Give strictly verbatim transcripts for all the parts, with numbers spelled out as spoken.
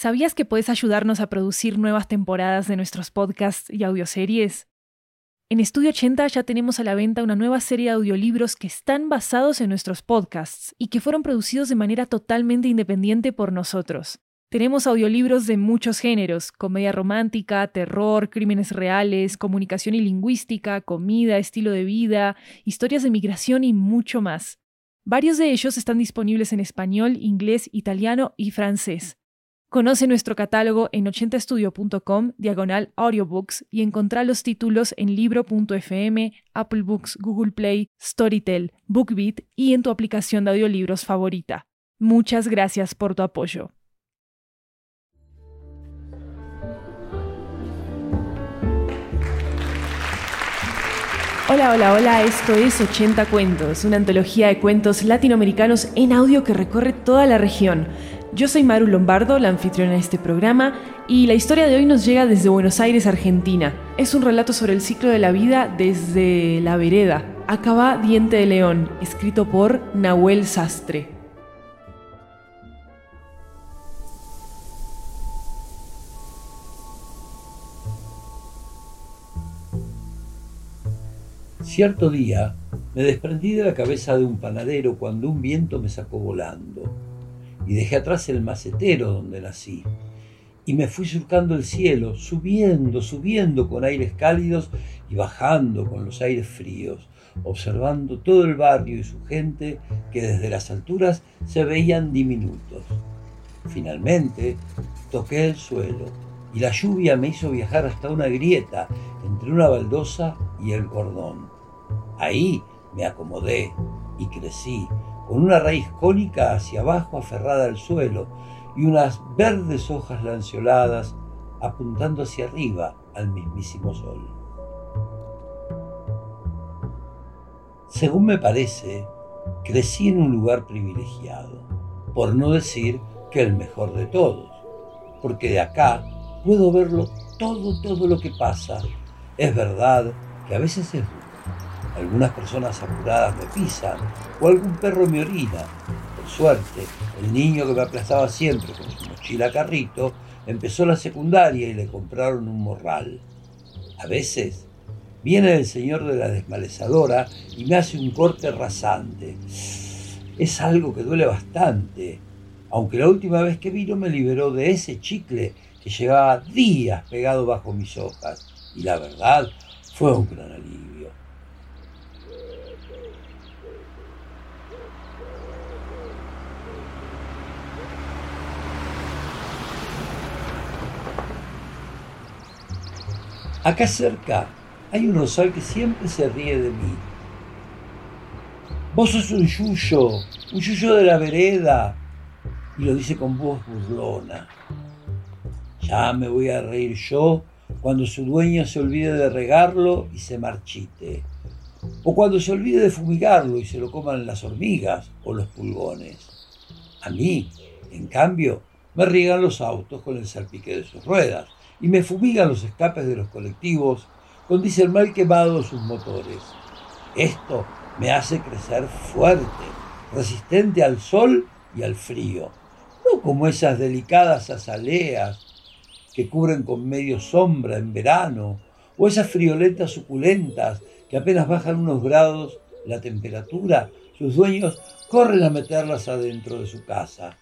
¿Sabías que podés ayudarnos a producir nuevas temporadas de nuestros podcasts y audioseries? En Estudio ochenta ya tenemos a la venta una nueva serie de audiolibros que están basados en nuestros podcasts y que fueron producidos de manera totalmente independiente por nosotros. Tenemos audiolibros de muchos géneros: comedia romántica, terror, crímenes reales, comunicación y lingüística, comida, estilo de vida, historias de migración y mucho más. Varios de ellos están disponibles en español, inglés, italiano y francés. Conoce nuestro catálogo en ochenta estudio punto com, diagonal audiobooks, y encontrá los títulos en libro punto efe eme, Apple Books, Google Play, Storytel, BookBeat y en tu aplicación de audiolibros favorita. Muchas gracias por tu apoyo. Hola, hola, hola, esto es ochenta Cuentos, una antología de cuentos latinoamericanos en audio que recorre toda la región. Yo soy Maru Lombardo, la anfitriona de este programa, y la historia de hoy nos llega desde Buenos Aires, Argentina. Es un relato sobre el ciclo de la vida desde la vereda. Acá va Diente de León, escrito por Nahuel Sastre. Cierto día me desprendí de la cabeza de un panadero cuando un viento me sacó volando y dejé atrás el macetero donde nací y me fui surcando el cielo, subiendo, subiendo con aires cálidos y bajando con los aires fríos, observando todo el barrio y su gente que desde las alturas se veían diminutos. Finalmente toqué el suelo y la lluvia me hizo viajar hasta una grieta entre una baldosa y el cordón. Ahí me acomodé y crecí, con una raíz cónica hacia abajo aferrada al suelo y unas verdes hojas lanceoladas apuntando hacia arriba al mismísimo sol. Según me parece, crecí en un lugar privilegiado, por no decir que el mejor de todos, porque de acá puedo verlo todo, todo lo que pasa. Es verdad que a veces es duro. Algunas personas apuradas me pisan o algún perro me orina. Por suerte, el niño que me aplazaba siempre con su mochila carrito empezó la secundaria y le compraron un morral. A veces viene el señor de la desmalezadora y me hace un corte rasante. Es algo que duele bastante, aunque la última vez que vino me liberó de ese chicle que llevaba días pegado bajo mis hojas, y la verdad fue un gran alivio. Acá cerca hay un rosal que siempre se ríe de mí. Vos sos un yuyo, un yuyo de la vereda, y lo dice con voz burlona. Ya me voy a reír yo cuando su dueño se olvide de regarlo y se marchite, o cuando se olvide de fumigarlo y se lo coman las hormigas o los pulgones. A mí, en cambio, me riegan los autos con el salpique de sus ruedas y me fumigan los escapes de los colectivos con diésel mal quemado sus motores. Esto me hace crecer fuerte, resistente al sol y al frío, no como esas delicadas azaleas que cubren con medio sombra en verano, o esas friolentas suculentas que apenas bajan unos grados la temperatura, sus dueños corren a meterlas adentro de su casa.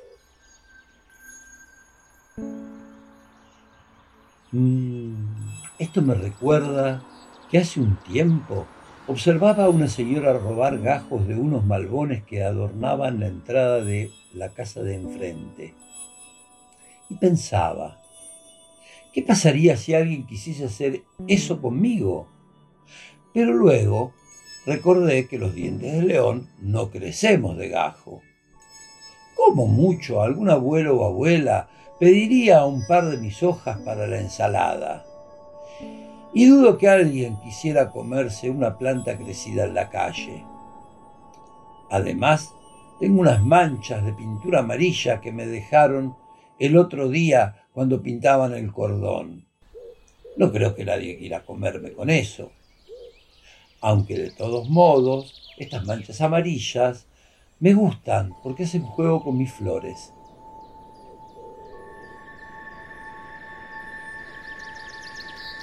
Mm, esto me recuerda que hace un tiempo observaba a una señora robar gajos de unos malbones que adornaban la entrada de la casa de enfrente. Y pensaba, ¿qué pasaría si alguien quisiese hacer eso conmigo? Pero luego recordé que los dientes de león no crecemos de gajo. Como mucho, algún abuelo o abuela pediría un par de mis hojas para la ensalada. Y dudo que alguien quisiera comerse una planta crecida en la calle. Además, tengo unas manchas de pintura amarilla que me dejaron el otro día cuando pintaban el cordón. No creo que nadie quiera comerme con eso. Aunque de todos modos, estas manchas amarillas me gustan porque hacen juego con mis flores.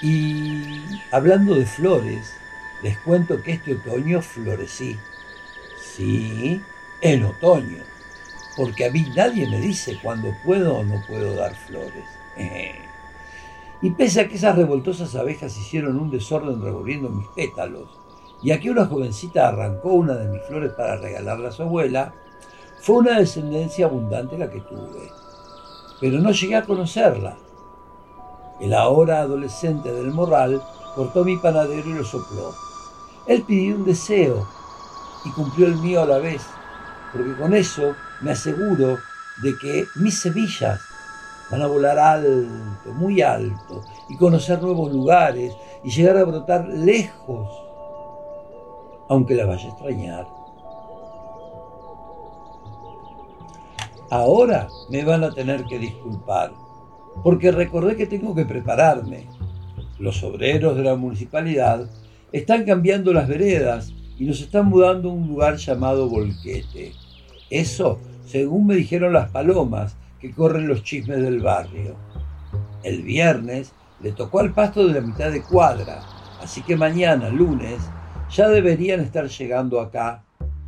Y hablando de flores, les cuento que este otoño florecí. Sí, en otoño. Porque a mí nadie me dice cuándo puedo o no puedo dar flores. Y pese a que esas revoltosas abejas hicieron un desorden revolviendo mis pétalos, y a que una jovencita arrancó una de mis flores para regalarla a su abuela, fue una descendencia abundante la que tuve. Pero no llegué a conocerla. El ahora adolescente del Morral cortó mi panadero y lo sopló. Él pidió un deseo y cumplió el mío a la vez, porque con eso me aseguro de que mis semillas van a volar alto, muy alto, y conocer nuevos lugares y llegar a brotar lejos, aunque la vaya a extrañar. Ahora me van a tener que disculpar, porque recordé que tengo que prepararme. Los obreros de la municipalidad están cambiando las veredas y nos están mudando a un lugar llamado Bolquete. Eso, según me dijeron las palomas que corren los chismes del barrio. El viernes le tocó al pasto de la mitad de cuadra, así que mañana, lunes, ya deberían estar llegando acá.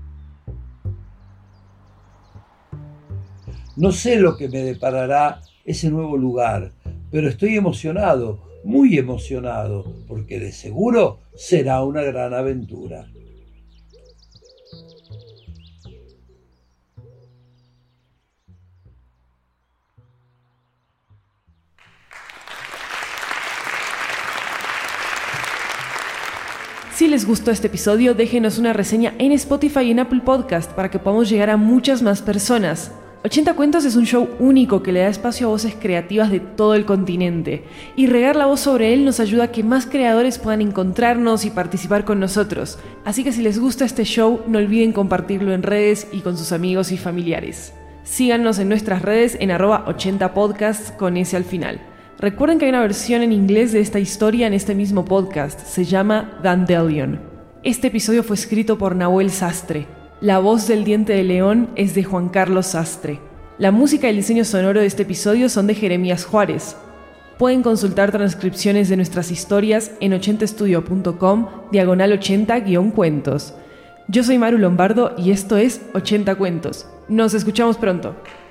No sé lo que me deparará ese nuevo lugar, pero estoy emocionado, muy emocionado, porque de seguro será una gran aventura. Si les gustó este episodio, déjenos una reseña en Spotify y en Apple Podcast para que podamos llegar a muchas más personas. ochenta Cuentos es un show único que le da espacio a voces creativas de todo el continente, y regar la voz sobre él nos ayuda a que más creadores puedan encontrarnos y participar con nosotros. Así que si les gusta este show, no olviden compartirlo en redes y con sus amigos y familiares. Síganos en nuestras redes en arroba ochenta podcasts con ese al final. Recuerden que hay una versión en inglés de esta historia en este mismo podcast. Se llama Dandelion. Este episodio fue escrito por Nahuel Sastre. La voz del Diente de León es de Juan Carlos Sastre. La música y el diseño sonoro de este episodio son de Jeremías Juárez. Pueden consultar transcripciones de nuestras historias en ochenta estudio punto com diagonal ochenta guión cuentos. Yo soy Maru Lombardo y esto es ochenta Cuentos. Nos escuchamos pronto.